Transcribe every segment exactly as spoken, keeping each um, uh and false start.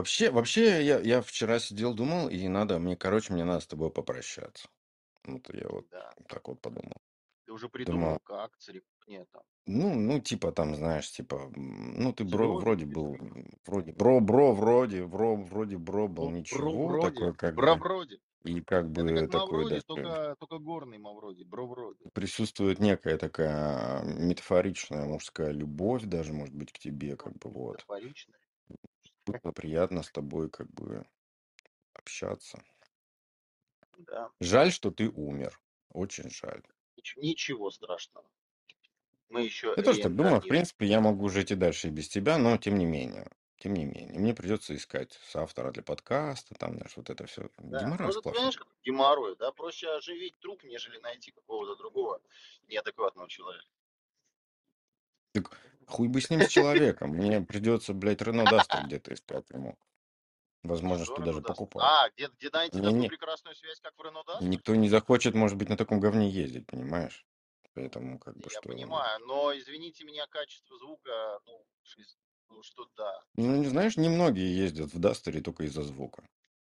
Вообще, вообще, я, я вчера сидел, думал, и надо, мне, короче, мне надо с тобой попрощаться. Вот я вот Да. так вот подумал. Ты уже Думаю, придумал, как церемония там. ну, ну, типа там, знаешь, типа, м, ну, ты бро, Слезы вроде был, прикрыть. м, вроде, бро, бро, вроде, бро, вроде бро был Ну, бро ничего, вроде, такой как бро бы, вроде. и как Это как бы такой Мавроди, даже только, только горный Мавроди, бро вроде. присутствует некая такая метафоричная мужская любовь даже, может быть, к тебе, Ну, как бы вот. метафорично. Было приятно с тобой как бы общаться. Да. Жаль, что ты умер. Очень жаль. Нич- Ничего страшного. Мы еще Я тоже так думаю. В реинкарнируем. принципе, я могу жить и дальше и без тебя, но тем не менее. Тем не менее. Мне придется искать соавтора для подкаста, там, знаешь, вот это все. Да. Геморрой Ну, ты сплошной. понимаешь, как геморрой, да? Проще оживить труп, нежели найти какого-то другого неадекватного человека. Так хуй бы с ним, с человеком. Мне придется, блядь, Рено Дастер где-то искать ему. Возможно, Что что Рено даже даст? покупать. А, где, где найти Мне такую не... прекрасную связь, как в Рено И Дастер? никто не захочет, может быть, на таком говне ездить, понимаешь? Поэтому, как бы, Я что... понимаю, но извините меня, качество звука, ну, шиз- ну, что да. Ну, не знаешь, немногие ездят в Дастере только из-за звука.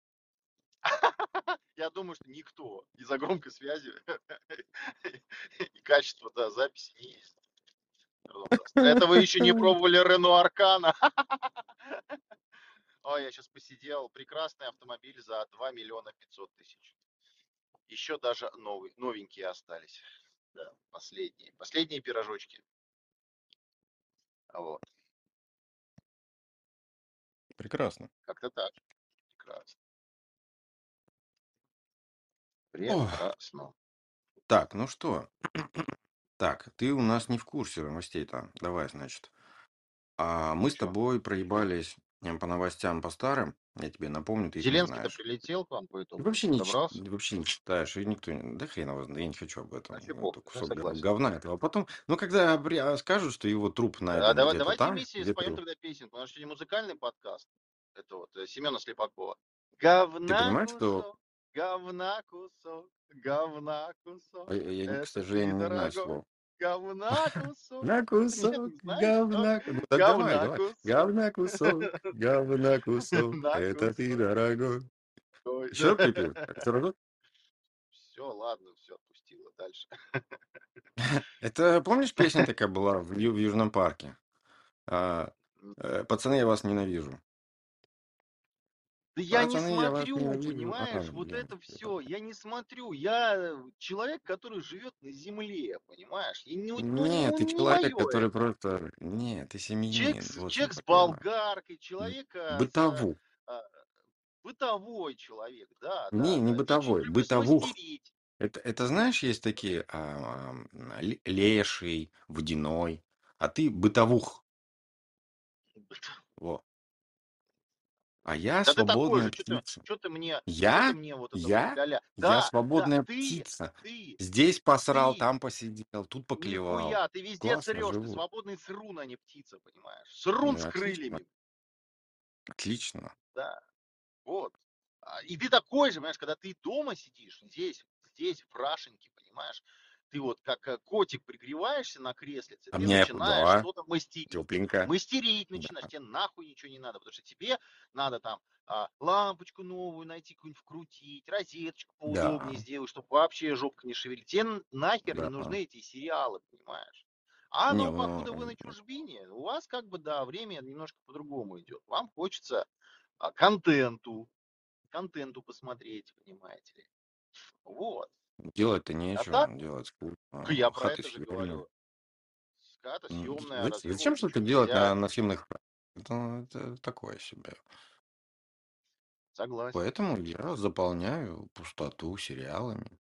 Я думаю, что никто из-за громкой связи и качества, да, записи не есть. Renault Duster. Это вы еще не пробовали Renault Аркана. Ой, я сейчас посидел. Прекрасный автомобиль за два миллиона пятьсот тысяч. Еще даже новый, новенькие остались. Да, последние. Последние пирожочки. Вот. Прекрасно. Как-то так. Прекрасно. Ох, Прекрасно. так, ну что? Так, ты у нас не в курсе новостей-то. Давай, значит. А мы с Че? тобой проебались э, по новостям по старым. Я тебе напомню, ты их не Зеленский-то знаешь. прилетел к вам по Ты итогу? вообще не, чит- Добрался? вообще не читаешь, и никто не... Да хрен его знает, я не хочу об этом. Вообще Это похуй. Ну, кусок гов- согласен. говна этого. А потом, ну, когда при- а, скажут, что его труп А, найден давай, где-то давайте там, вместе споем где-то... тогда песенку. У нас сегодня музыкальный подкаст. Это вот э, Семена Слепакова. Ты Говна понимаешь, что... кусок, говна кусок, говна а кусок. Я, я, к Это ты, сожалению, не знаю дорогой. слов. Говна кусок. На Нет, кусок не знаешь, что? говна. Ну, да, давай, Говна давай. кусок. Говна кусок, говна кусок. На Это ты, кусок. дорогой. Ой, Еще да. раз припев. Все равно? Все, ладно, все, отпустила. Дальше. Это, помнишь, песня такая была в, Ю- в Южном парке? А, э, пацаны, я вас ненавижу. Да я не Пацаны, я вас смотрю, ненавижу. А, понимаешь, вот блин, это я все, понял. я не смотрю, я э, человек, который живет на земле, понимаешь, и не, ну, Нет, ну, ты не человек, мое который это. просто... Нет, ты Человек, семьянин. с- Вот что человек ты с понимаешь. болгаркой, М, человека с э, Бытову. а, бытовой человек, да, Не, да, не да, я бытовой. чуть люблю Бытовух. смастерить. Это, это знаешь, есть такие а, м, ле- леший, водяной, а ты бытовух. Во. А я Да ты такой свободная же, что ты, птица. что ты мне, что ты Я? мне вот это вот Я? ля-ля. Я Да, да, свободная ты, птица. ты, Здесь посрал, ты, там посидел, тут поклевал. нихуя, ты везде Классно срешь, ты живу. свободный срун, а не птица, понимаешь, срун Ну, с отлично, крыльями, отлично. да. Вот. А, И ты такой же, понимаешь, когда ты дома сидишь, здесь, здесь, в Рашеньке, понимаешь, ты вот как э, котик пригреваешься на креслице, А ты мне, начинаешь да, что-то мастерить. тепленько. Мастерить Да, начинаешь, тебе нахуй ничего не надо, потому что тебе надо там а, лампочку новую найти, какую-нибудь вкрутить, розеточку поудобнее да, сделать, чтобы вообще жопка не шевелить. Тебе н- нахер не да. нужны эти сериалы, понимаешь? А Не, ну, ну, покуда вы на чужбине, у вас как бы, да, время немножко по-другому идет. Вам хочется а, контенту, контенту посмотреть, понимаете ли. Вот. делать-то А нечего, так, делать я скучно. про Хаты это же съемные. говорю. Ската М, съемная, зач- разве Зачем могут что-то ничего делать на, взять? на съемных? Это, это такое себе. Согласен. Поэтому я заполняю пустоту сериалами.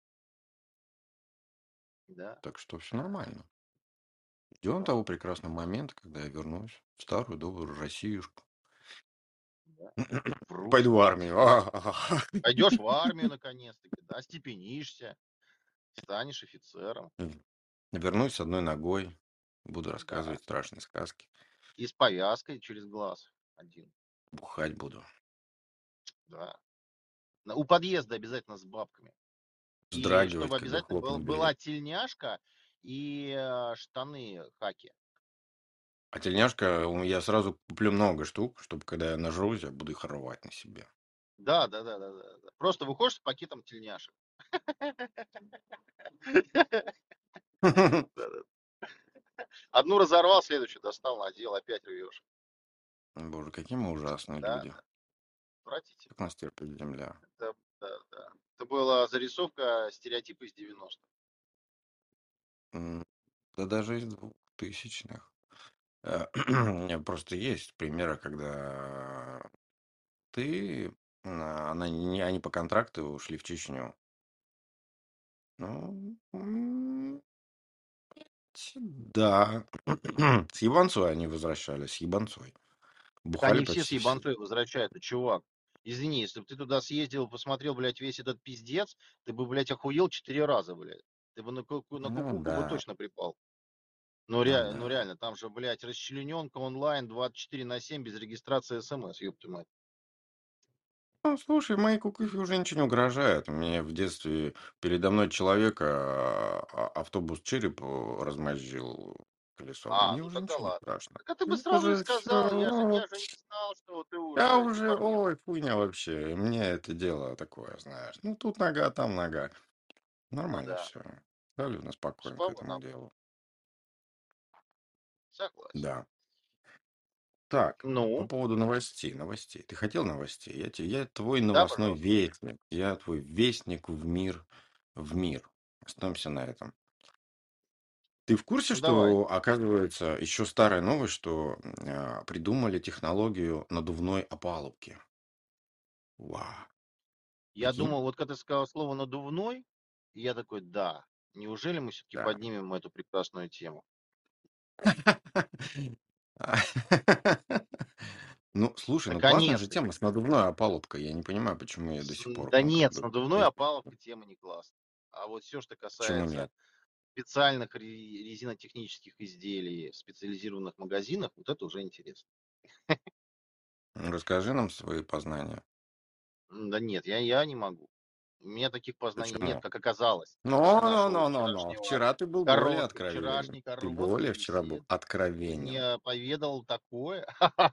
Да. Так что все нормально. Ждем Вот. того прекрасного момента, когда я вернусь в старую добрую Россиюшку. Да. В Пойду в русскую. армию. Да. А-а-а. Пойдешь в армию наконец-таки, да, степенишься, станешь офицером. Вернусь с одной ногой. Буду Да. рассказывать страшные сказки. И с повязкой через глаз один. Бухать буду. Да. На- У подъезда обязательно с бабками. И Вздрагивать, чтобы когда обязательно был, хлопнут была дверь. тельняшка и э, штаны хаки. А тельняшка, у я сразу куплю много штук, чтобы когда я нажрусь, я буду их рвать на себе. Да, да, да, да, да, да. Просто выходишь с пакетом тельняшек. Да-да. Одну разорвал, следующую достал, надел, опять рвешь. Боже, какие мы ужасные Да, люди. да. Отвратительно. Как нас терпит земля. Это, да, да. Это была зарисовка стереотипа из девяностых. М, Да даже из двухтысячных. Э, У меня просто есть примеры, когда ты, а, она не, они по контракту ушли в Чечню. Ну, м, т- да. С ебанцой они возвращались, с ебанцой. Так Бухали они все с почти все. ебанцой возвращаются, чувак. Извини, если бы ты туда съездил, посмотрел, блядь, весь этот пиздец, ты бы, блядь, охуел четыре раза, блядь. Ты бы на, ку- на Ну кукуху бы да, точно припал. Ну, ну ре, ну да. реально, там же, блядь, расчлененка онлайн двадцать четыре на семь без регистрации смс, ёпта мать. Ну, слушай, моей кукухе уже ничего не угрожает. Мне в детстве передо мной человека а, а, автобус череп э, размозжил колесом. А, Мне ну уже тогда ничего не ладно. страшно. Так а ты бы Это сразу и уже сказал, я же, все. я же не знал, что ты Я уже уже, информирован. ой, хуйня вообще. Мне это дело такое, знаешь. Ну, тут нога, там нога. Ну Нормально да, все. Абсолютно спокойно к слава этому нам, делу. согласен. Да. Так, по Ну, поводу новостей. Новостей. Ты хотел новостей? Я, те- я твой да, новостной пожалуйста. вестник. Я твой вестник в мир. В мир. Остановимся на этом. Ты в курсе, Ну давай. что, оказывается, еще старая новость, что а, придумали технологию надувной опалубки? Вау. Я Прикинь? думал, вот когда ты сказал слово надувной, я такой, да, неужели мы все-таки Да. поднимем эту прекрасную тему? Ну, слушай, ну классная же Наконец-таки. тема с надувной опалубкой. Я не понимаю, почему ее до С- сих пор, Да ну, как нет, с бы, надувной до- опалубкой тема не классная. А вот все, что почему касается нет? специальных ре- резинотехнических изделий в специализированных магазинах, вот это уже интересно. Ну, расскажи нам свои познания. М, Да нет, я, я не могу. У меня таких познаний нет, Почему? как оказалось, Ну, после ну, нашего ну, ну, ну. вчерашнего Вчера ты был более короткой, откровенен. вчерашней Ты короткой более вчера был беседы. Ты откровенен. мне поведал такое.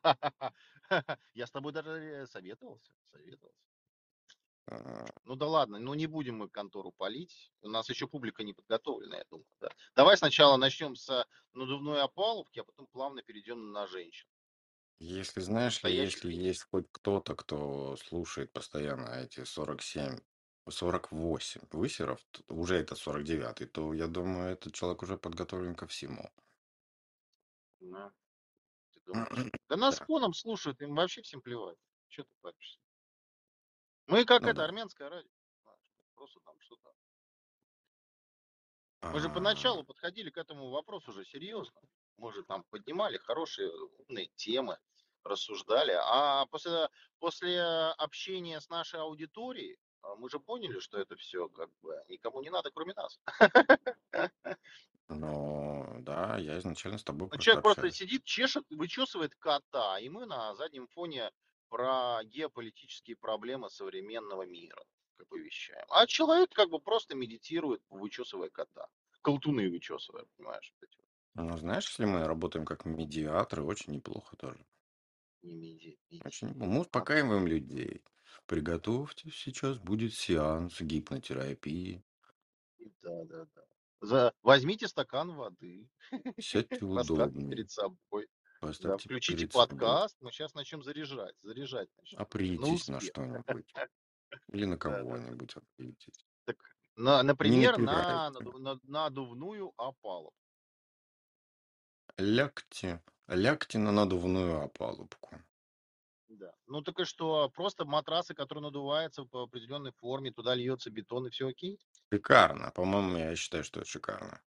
Я с тобой даже э, советовался, советовался. А, Ну да ладно, ну не будем мы контору палить. У нас еще публика не подготовлена, я думаю. Да. Давай сначала начнем с надувной опалубки, а потом плавно перейдем на женщин. Если знаешь ли, Настоящих если женщин. есть хоть кто-то, кто слушает постоянно эти сорок семь, сорок восемь высеров, т- уже это сорок девятый, то я думаю, этот человек уже подготовлен ко всему. Да, ты думаешь? Да нас Да, фоном слушают, им вообще всем плевать. Че ты паришься? Мы как ну это, да. армянское радио. Знаешь, просто там что-то. Мы же А, поначалу подходили к этому вопросу уже серьезно. Мы же там поднимали хорошие умные темы, рассуждали. А после, после общения с нашей аудиторией а, мы же поняли, что это все как бы никому не надо, кроме нас. ну да, я изначально с тобой Ну, просто человек просто общаюсь. сидит, чешет, вычесывает кота, и мы на заднем фоне про геополитические проблемы современного мира как бы вещаем. А человек как бы просто медитирует, вычесывая кота. Колтуны вычесывая, понимаешь? Вот эти вот. Ну, знаешь, если мы работаем как медиаторы, очень неплохо тоже. Не меди, Очень меди. неплохо. Мы Надо. успокаиваем людей. Приготовьтесь, сейчас будет сеанс гипнотерапии. Да, да, да. За... Возьмите стакан воды, Сядьте поставьте удобнее. перед собой. Да, Поставьте включите перед собой. подкаст, мы сейчас начнем заряжать, заряжать начнем. На Опритесь на успех. что-нибудь. Или на Да, да, да. кого-нибудь опритесь. Так, на, Не например, на, напирайте. наду- на надувную опалу. Лягте. Лягте на надувную опалубку. Да. Ну так и что, просто матрасы, которые надуваются по определенной форме, туда льется бетон и все окей? Шикарно. По-моему, я считаю, что это шикарно.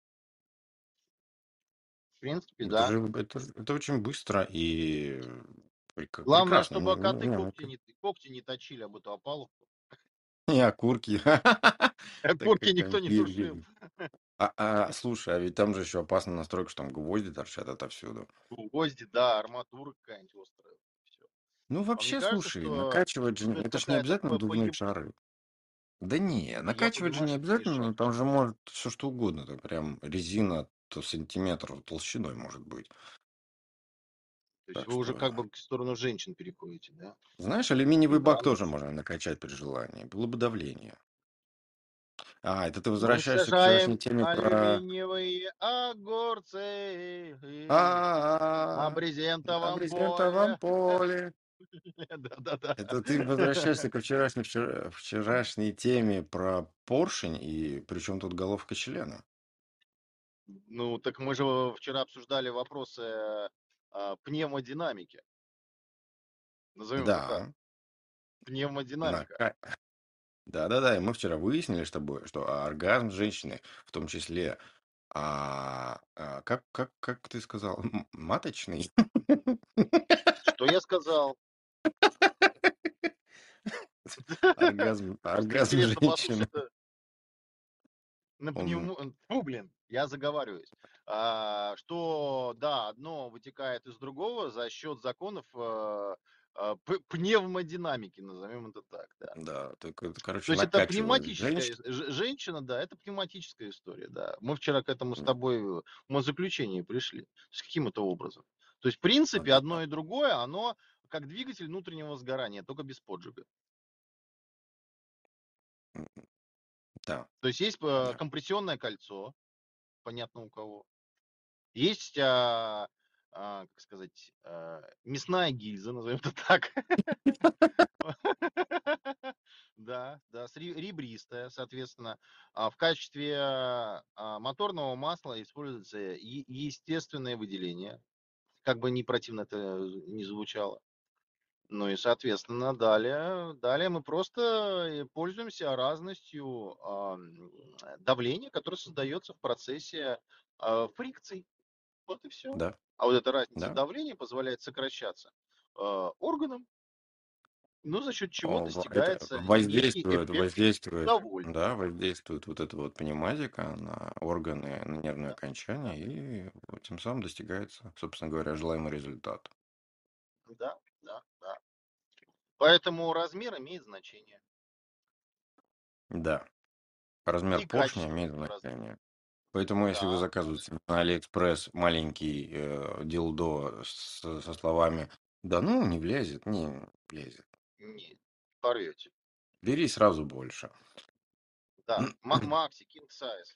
В принципе, Это да. же это, ж- это очень быстро и прек- Главное, прекрасно. Мне, чтобы мне- коты не, мне когти не, когти не точили об эту опалубку. не окурки. Так Корки как там никто не е- тушил. е- А, а, слушай, а ведь там же еще опасная настройка, что там гвозди торчат отовсюду. Гвозди, да, арматура какая-нибудь острая. Всё. Ну, Вам не вообще, кажется, слушай, что, накачивать же, что это это ж не какая-то обязательно по- надувные поеб- шары. Да не, Я накачивать же понимаю, не что это не обязательно, шар. но там же может все что угодно, там прям резина то сантиметр толщиной может быть. То есть Так вы уже как что, бы к сторону женщин переходите, да? знаешь, алюминиевый бак тоже Балуетесь. можно накачать при желании. Было бы давление. А, это ты Мы возвращаешься к вчерашней сажаем теме про... алюминиевые огурцы на А, на брезентовом брезентовом поле. поле. Да-да-да. Это ты возвращаешься к вчерашней, вчера- вчерашней теме про поршень, и причем тут головка члена. Ну, так мы же вчера обсуждали вопросы а, пневмодинамики. Назовем это так. Да, на Пневмодинамика. ка- да-да-да, и мы вчера выяснили с тобой, что оргазм женщины, в том числе, а, а, как, как, как ты сказал, м- маточный? Что я сказал? Оргазм, Просто оргазм интересно женщины. послушать. На Он, пневмо... Фу, блин, я заговариваюсь. А, что, да, одно вытекает из другого за счет законов э, э, п- пневмодинамики, назовем это так, да. да, так это, То короче, есть это накачивает пневматическая, женщину. ж- женщина, да, это пневматическая история, да. Мы вчера к этому с тобой в умозаключению пришли. С каким это образом? То есть, в принципе, Да, одно и другое, оно как двигатель внутреннего сгорания, только без поджига. м, да, То есть есть э, да. компрессионное кольцо, понятно у кого. Есть, а, а, как сказать, а, мясная гильза, назовем это так. Да, да, с ре- ребристая, соответственно. А в качестве а, моторного масла используется е- естественное выделение, как бы не противно это не звучало. Ну и, соответственно, далее, далее мы просто э, пользуемся разностью а, м, давления, которое создается в процессе а, фрикций. Вот и все. Да, А вот эта разница да. давления позволяет сокращаться э, органам, но за счет чего О, во- Это достигается некий воздействует, эффект воздействует, да, удовольствия. воздействует вот эта вот пневматика на органы, на нервные Да, окончания, да, и вот тем самым достигается, собственно говоря, желаемый результат. да, да, да. Поэтому размер имеет значение. Да, размер И поршня качество имеет этого размера. значение. Поэтому, если вы Да, заказываете на Алиэкспресс маленький э, дилдо с- со словами «Да ну, не влезет», не влезет. не порвете. Бери сразу больше. Да, Ма- Макси, King Size.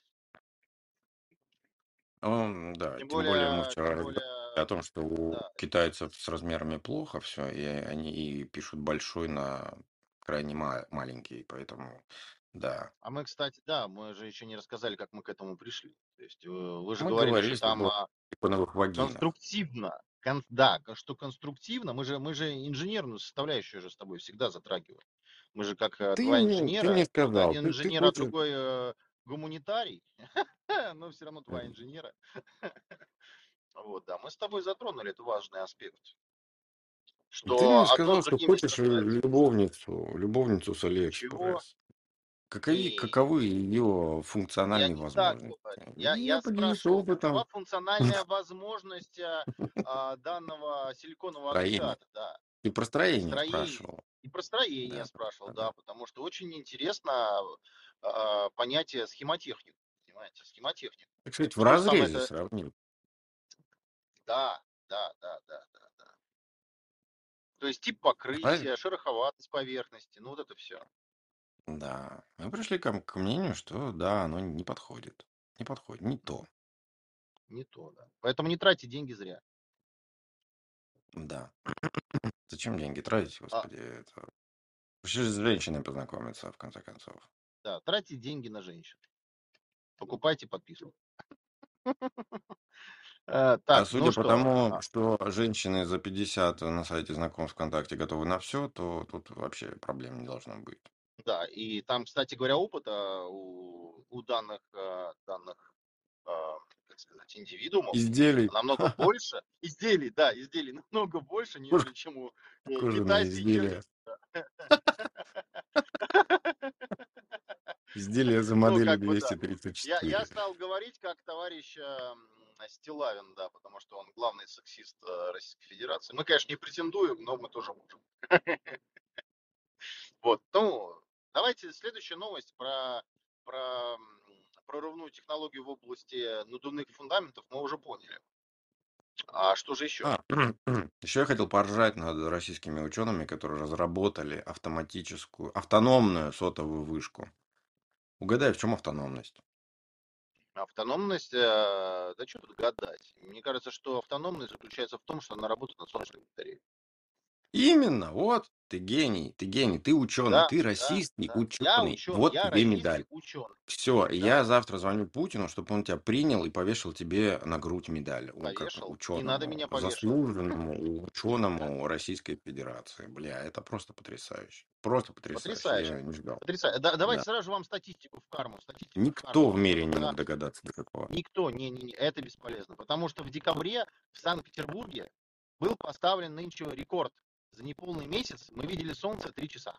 Он, да, Тем тем более мы более, вчера тем разговаривали более, о том, что у да. китайцев с размерами плохо все, и они и пишут большой на крайне ма- маленький, поэтому да. А мы, кстати, да, мы же еще не рассказали, как мы к этому пришли. То есть э, вы же Мы говорили, говорили что с там тобой а, о иконовых вагинах. конструктивно, кон- да, кон- что конструктивно, мы же, мы же инженерную составляющую же с тобой всегда затрагиваем. Мы же как э, Ты два не, ты не инженера, вот сказал, один ты, ты инженер, а хочешь, другой э, гуманитарий, но все равно два м, инженера. Вот, да, мы с тобой затронули этот важный аспект, ты мне что одно с сказал, что другим не хочешь э, сочетается. любовницу, любовницу с Чего? Алиэкспресс. Какови, Не, каковы ее я функциональные не так возможности? говорю. И Я, я я поделился спрашивал, какова опытом функциональная возможность а, а, данного силиконового строения. агрегата, да. Ты про строение Строение. спрашивал. И про строение я Да, спрашивал, да, да, да. потому что очень интересно а, понятие схемотехнику, понимаете, схемотехнику. Так сказать, Это в что самое разрезе это? сравнил. Да, да, да, да, да, да. То есть тип Правильно? покрытия, шероховатость поверхности, ну вот это все. Да. Мы пришли к, к мнению, что да, оно не подходит. Не подходит, не то. Не то, да. Поэтому не тратьте деньги зря. Да. Зачем деньги тратить, А, господи? Это... Вообще с женщиной познакомиться, в конце концов. да, тратьте деньги на женщин. Покупайте подписку. Э, А так, ну судя по что, тому, а, что женщины за пятьдесят на сайте знакомств ВКонтакте готовы на все, то тут вообще проблем не должно быть. да, и там, кстати говоря, опыта у, у данных, э, данных а, как сказать, индивидуумов Изделий. намного больше, изделий, да, изделий намного больше, Кож- нежели чем у э, Кожаные китайских изделия. херов. Изделия за Ну, моделью как бы, двести да. тридцать Я, я четыре. стал говорить как товарищ эм, Стилавин, да, потому что он главный сексист э, Российской Федерации. Мы, конечно, не претендуем, но мы тоже можем. Вот, ну, давайте следующая новость про, про м, прорывную технологию в области надувных фундаментов мы уже поняли. А что же еще? А, еще я хотел поржать над российскими учеными, которые разработали автоматическую, автономную сотовую вышку. Угадай, в чем автономность? Автономность, э, да что тут гадать. Мне кажется, что автономность заключается в том, что она работает на солнечной батарее. Именно, вот, ты гений, ты гений, ты ученый, Да, ты да, российский да. Я ученый, ученый, вот я тебе российский медаль. ученый. Все, Да, я завтра звоню Путину, чтобы он тебя принял и повешал тебе на грудь медаль, у, как повешал. Не надо ученому, меня повешивать. заслуженному Да. ученому Российской Федерации. Бля, это просто потрясающе. Просто потрясающе, Потрясающе. я не ждал. Потрясающе. Да, давайте Да. сразу же вам статистику в карму. Статистика в Никто карму. в мире не За мог догадаться до какого. никто, не, не, не, это бесполезно. Потому что в декабре в Санкт-Петербурге был поставлен нынче рекорд. За неполный месяц мы видели солнце три часа.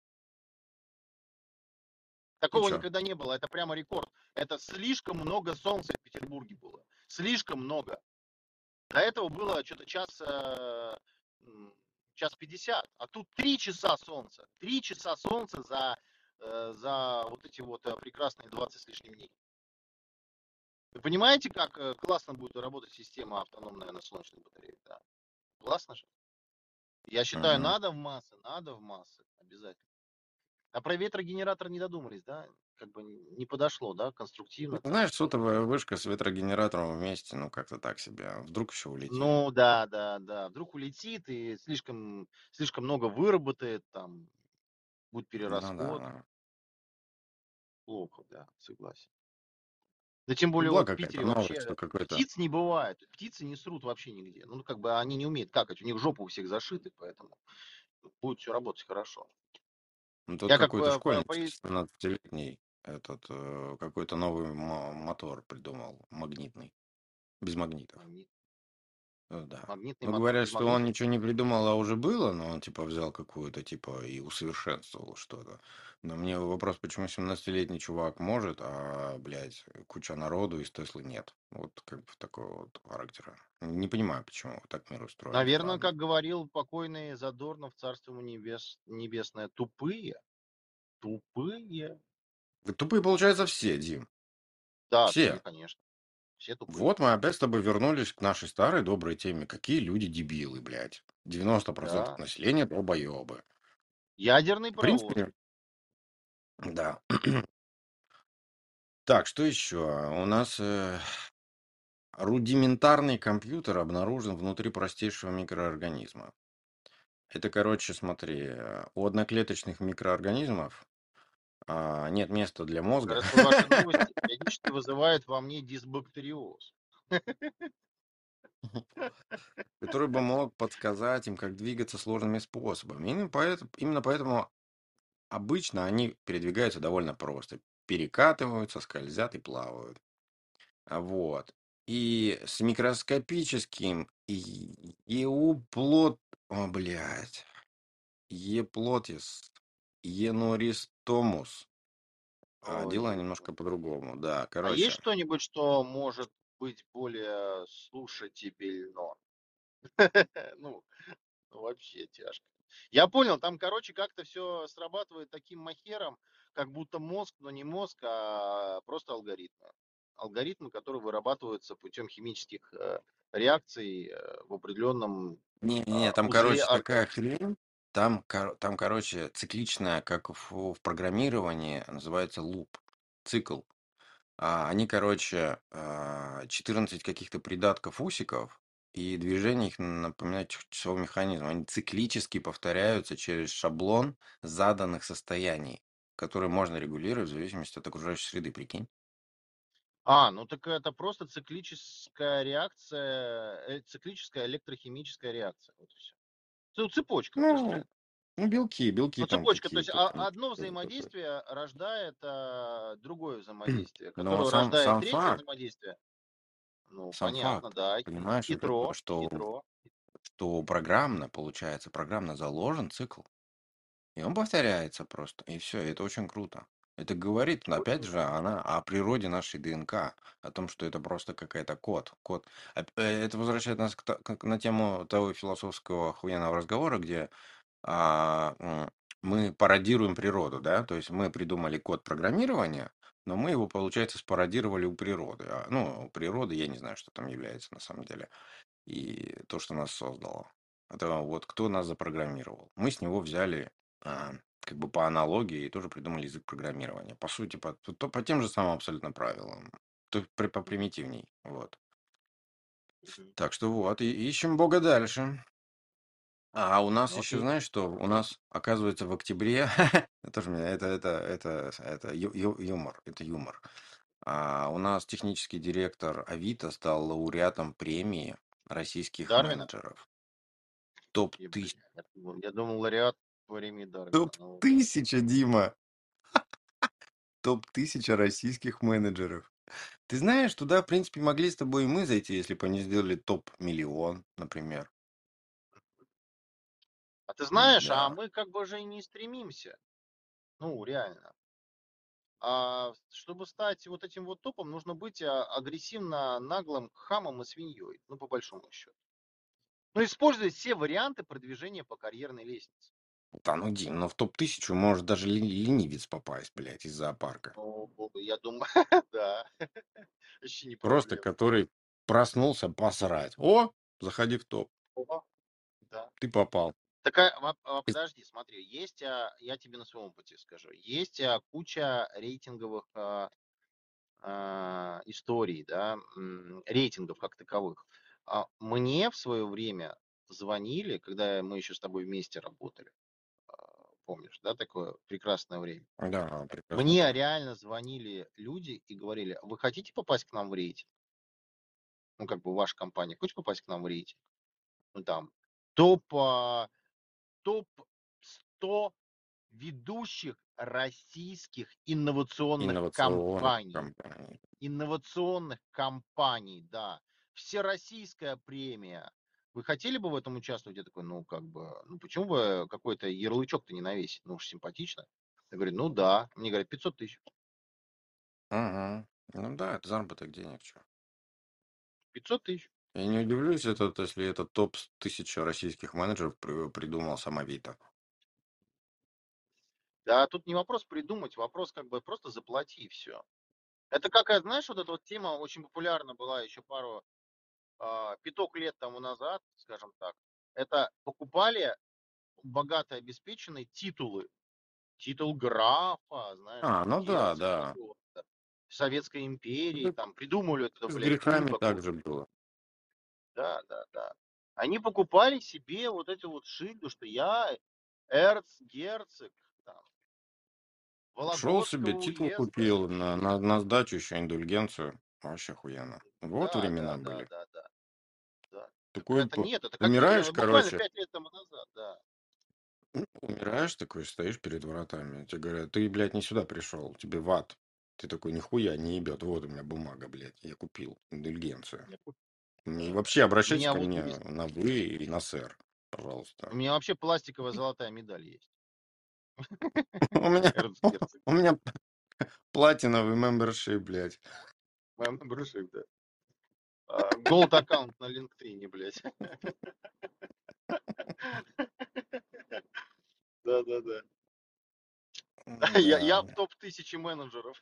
И Такого чё? никогда не было. Это прямо рекорд. Это слишком много солнца в Петербурге было. Слишком много. До этого было что-то час, э, м, час пятьдесят, а тут три часа солнца. Три часа солнца за, э, за вот эти вот э, прекрасные двадцать с лишним дней. Вы понимаете, как э, классно будет работать система автономная на солнечной батарее? Да. Классно же. Я считаю, Мгм. надо в массы, надо в массы, обязательно. А про ветрогенератор не додумались, да? Как бы не подошло, да, Ну, конструктивно ты там. знаешь, сотовая вышка с ветрогенератором вместе, ну, как-то так себе. А вдруг еще улетит. Ну да, да, да. Вдруг улетит и слишком, слишком много выработает, там будет Ну да, перерасход. да. Плохо, да, согласен. Да тем более Была вот в какая-то Питере новость, что вообще какой-то... птиц не бывает. Птицы не срут вообще нигде. Ну, как бы они не умеют какать, у них жопы у всех зашиты, поэтому будет все работать хорошо. Ну, тут Я как какой-то э, по- школьник по- семнадцатилетний этот э, какой-то новый мо- мотор придумал, магнитный, без магнитов. магнит- Э, Да. магнитный Ну, мотор говорят, без что он магнитов. ничего не придумал, а уже было, но он, типа, взял какую-то, типа, и усовершенствовал что-то. Но мне вопрос, почему семнадцатилетний чувак может, а, блядь, куча народу из Теслы нет. Вот, как бы, такого вот характера. Не понимаю, почему так мир устроен, ну Наверное, ладно. как говорил покойный Задорнов, царство ему небес, небесное, тупые, тупые. Вы тупые, получается, все, Дим. Да, все, Все. конечно, все тупые. Вот мы опять с тобой вернулись к нашей старой доброй теме. Какие люди дебилы, блядь. девяносто процентов Да. населения долбоебы. Ядерный В паровоз. принципе, да. Так, что еще? У нас э, рудиментарный компьютер обнаружен внутри простейшего микроорганизма. Это, короче, смотри, э, у одноклеточных микроорганизмов а, нет места для мозга, Кажется, ваши новости периодически вызывают во мне дисбактериоз. который бы мог подсказать им, как двигаться сложными способами. Именно поэтому, именно поэтому обычно они передвигаются довольно просто. Перекатываются, скользят и плавают. А, Вот. И с микроскопическим и- еуплот... О, блядь. Еплотис. Енористомус. А Ой, дела ё-моё. немножко по-другому. Да, А есть короче. что-нибудь, что может быть более слушателно? Ну, вообще тяжко. Я понял, там, короче, как-то все срабатывает таким махером, как будто мозг, но не мозг, а просто алгоритмы. Алгоритмы, которые вырабатываются путем химических э, реакций э, в определенном Не-не-не, а, там, узле короче, такая организма. хрень. Там, кор- там, короче, цикличная, как в, в программировании, называется луп. Цикл. А, они, короче, а, четырнадцать каких-то придатков усиков, и движение их напоминает ч- часовой механизм. Они циклически повторяются через шаблон заданных состояний, которые можно регулировать в зависимости от окружающей среды, прикинь. А, ну так это просто циклическая реакция, э, циклическая электрохимическая реакция. Вот и всё. Цу- Цепочка Ну, простая. ну, белки, белки Ну, там цепочка, то есть какие-то. а- Там одно что-то. взаимодействие рождает а, другое взаимодействие, Но которое сам, рождает сам третье факт, взаимодействие. Ну, сам понятно, факт, да. понимаешь, вот этого, Хитро, что, хитро. что программно, получается, программно заложен цикл. И он повторяется просто, и все, это очень круто. Это говорит, опять Очень же, круто. она о природе нашей ДНК, о том, что это просто какая-то код. Код. Оп- э, Это возвращает нас к та- к- на тему того философского охуенного разговора, где а, м, мы пародируем природу, да, то есть мы придумали код программирования, но мы его, получается, спародировали у природы. А, ну, у природы я не знаю, что там является на самом деле. и то, что нас создало. Это вот кто нас запрограммировал. Мы с него взяли, а, как бы по аналогии, и тоже придумали язык программирования. По сути, по, то- по тем же самым абсолютно правилам. То при, Мгм, попримитивней. Вот. мгм. Так что вот, и ищем Бога дальше. А у нас Ну, еще, окей. знаешь, что? У нас, оказывается, в октябре, это тоже меня, это, это, это, это ю- ю- юмор, это юмор. А у нас технический директор Авито стал лауреатом премии российских Дарвина? менеджеров. Топ Я, бля, тысяч. я думал я думал, лауреат премии Дарвина. Топ Ну, тысяча, Дима. Топ тысяча российских менеджеров. Ты знаешь, туда, в принципе, могли с тобой и мы зайти, если бы они сделали топ миллион, например. а ты М, знаешь, а Да. мы как бы же и не стремимся. Ну, реально. А чтобы стать вот этим вот топом, нужно быть а, агрессивно наглым хамом и свиньей. Ну, по большому счету. Ну, использовать все варианты продвижения по карьерной лестнице. Да ну, Дим, но в топ тысячу может даже ли- ленивец попасть, блядь, из зоопарка. Ну, я думаю, да, вообще не Просто проблема. который проснулся посрать. О, заходи в топ. О, да. Ты попал. Так, а, во- а, Из- подожди, смотри, есть, а, я тебе на своем пути скажу, есть а, куча рейтинговых а, а, историй, да, м, рейтингов как таковых. А, Мне в свое время звонили, когда мы еще с тобой вместе работали, а, помнишь, да, такое прекрасное время. Да, прекрасно Мне помню. реально звонили люди и говорили: вы хотите попасть к нам в рейтинг? Ну, как бы ваша компания хочет попасть к нам в рейтинг? Ну, там, топ, а, топ сто ведущих российских инновационных Инновационных компаний. компаний. Инновационных компаний, да. Всероссийская премия. Вы хотели бы в этом участвовать? Я такой, ну, как бы, ну, почему бы какой-то ярлычок-то не навесить? Ну, уж симпатично. Я говорю, ну, да. Мне говорят, пятьсот тысяч. Ага. Ну да, это заработок денег, чё. пятьсот тысяч. Я не удивлюсь, этот, если этот топ с тысяча российских менеджеров при- придумал сам Авито. Да, тут не вопрос придумать, вопрос как бы просто заплати и все. Это как, э, знаешь, вот эта вот тема очень популярна была еще пару, а, пяток лет тому назад, скажем так. Это покупали богато обеспеченные титулы. Титул графа, знаешь, А, там ну да, герцог да. какого-то, Советской империи, Это там придумывали это, с блядь, грехами глубоко. также было. Да, да, да. Они покупали себе вот эти вот шильду, что я эрцгерцог там, Шел Вологодского себе, титул уезда. купил, на, на, на сдачу еще индульгенцию. Вообще охуенно. Вот Да, времена да, да, были. да, да, да. Так Такой это п- нет, это умираешь, какие, буквально короче, пять лет тому назад, да. ну, умираешь такой, стоишь перед вратами. Тебе говорят, ты, блядь, не сюда пришел, тебе в ад. Ты такой, нихуя не ебет. Вот у меня бумага, блядь, я купил индульгенцию. Я пу- И Да, да. вообще У обращайся меня ко вот мне есть, на вы и на сэр, у пожалуйста. меня вообще пластиковая золотая медаль есть. У меня, Эрцгерцог. у меня платиновый мембершип, блядь. Моя брюшек, да. Голд аккаунт на LinkedIn, блядь. Да, да, да. Я, я Да. в топ тысячи менеджеров.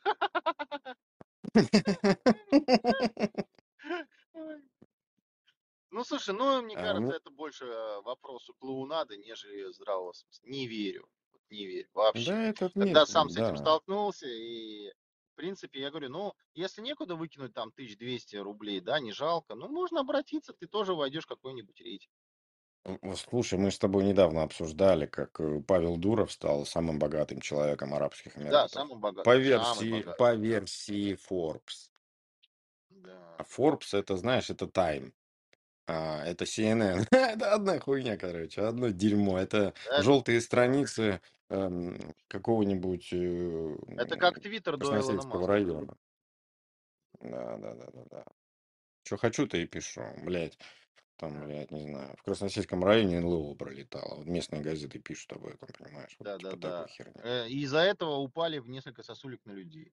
Ну, слушай, ну, мне А, кажется, ну, это больше э, вопросу клоунады, нежели здравого смысла. Не верю. Вот не верю вообще. да, этот мир, Когда сам с этим да. столкнулся, и, в принципе, я говорю, ну, если некуда выкинуть там тысяча двести рублей, да, не жалко, ну, можно обратиться, ты тоже войдешь в какой-нибудь рейтинг. В- вот слушай, мы с тобой недавно обсуждали, как э, Павел Дуров стал самым богатым человеком Арабских Да, Эмиратов. самый богатый, По самый версии, богатый. по версии Forbes. Да. А Forbes это, знаешь, это Time. А, это C N N. Это одна хуйня, короче, одно дерьмо. Это Это, желтые страницы эм, какого-нибудь э, это м, как твиттер до Илона Красносельского Маска. района. Да, да, да, да, да. Что хочу, то и пишу. Блять, там, Да, блядь, не знаю. В Красносельском районе эн эл о пролетало. Вот местные газеты пишут об этом, понимаешь? Вот да, да, типа такой да. херни. Э, И из-за этого упали в несколько сосулек на людей.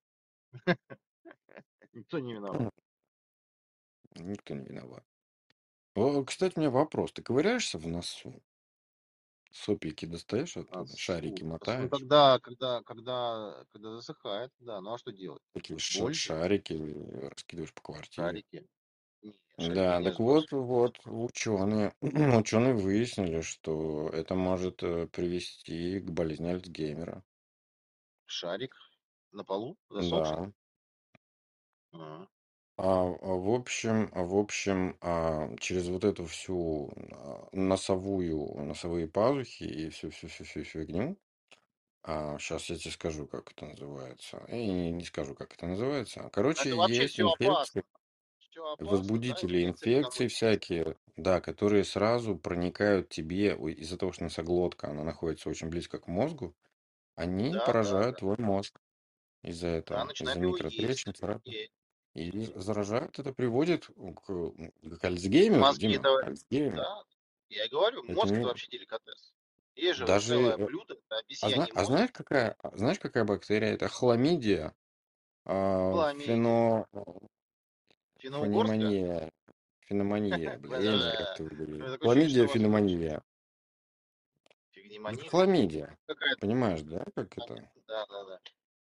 Никто не виноват. Ну, никто не виноват. О, кстати, у меня вопрос. Ты ковыряешься в носу? Сопельки достаешь оттуда? Носу, Шарики носу. Ну, мотаешь? когда, когда, когда, когда засыхает, да, ну а что делать? Такие ша- Боль же, шарики э, раскидываешь по квартире? шарики. Не, шарики Да, не так вот, сбрасывают. вот ученые, ученые выяснили, что это может э, привести к болезни Альцгеймера. Шарик на полу засохший? Да. А, А, а в общем, а в общем, а, через вот эту всю а, носовую, носовые пазухи и всю, всю, всю, всю фигню, а, сейчас я тебе скажу, как это называется. Я не, не скажу, как это называется. Короче, это вообще есть все инфекции, опасно. Все опасно, да, возбудители инфекции инфекций потому что всякие, да, которые сразу проникают тебе ой, из-за того, что носоглотка, она находится очень близко к мозгу, они да, да, поражают да. твой мозг из-за Да, этого, из-за начинаем его микротрещин, есть. царапин. И И заражают, это приводит к, м, к Альцгеймеру, мозги Дима, это, Альцгеймер. да, я и говорю, Это мозг это не вообще деликатес. Есть же даже... целое э, блюдо, это А, зна- обезьяний а мозг, знаешь, какая, а знаешь, какая бактерия? Это хламидия, а, хламидия, фено, финно-угорская. фонемания, феномония, бля, я не знаю, как Да-да-да. это У меня выговорить. такое ощущение, что Хламидия, у вас это вообще феномония. Это фигнимания, фигнимания. хламидия. Какая-то. Понимаешь, да, как это? Да-да-да.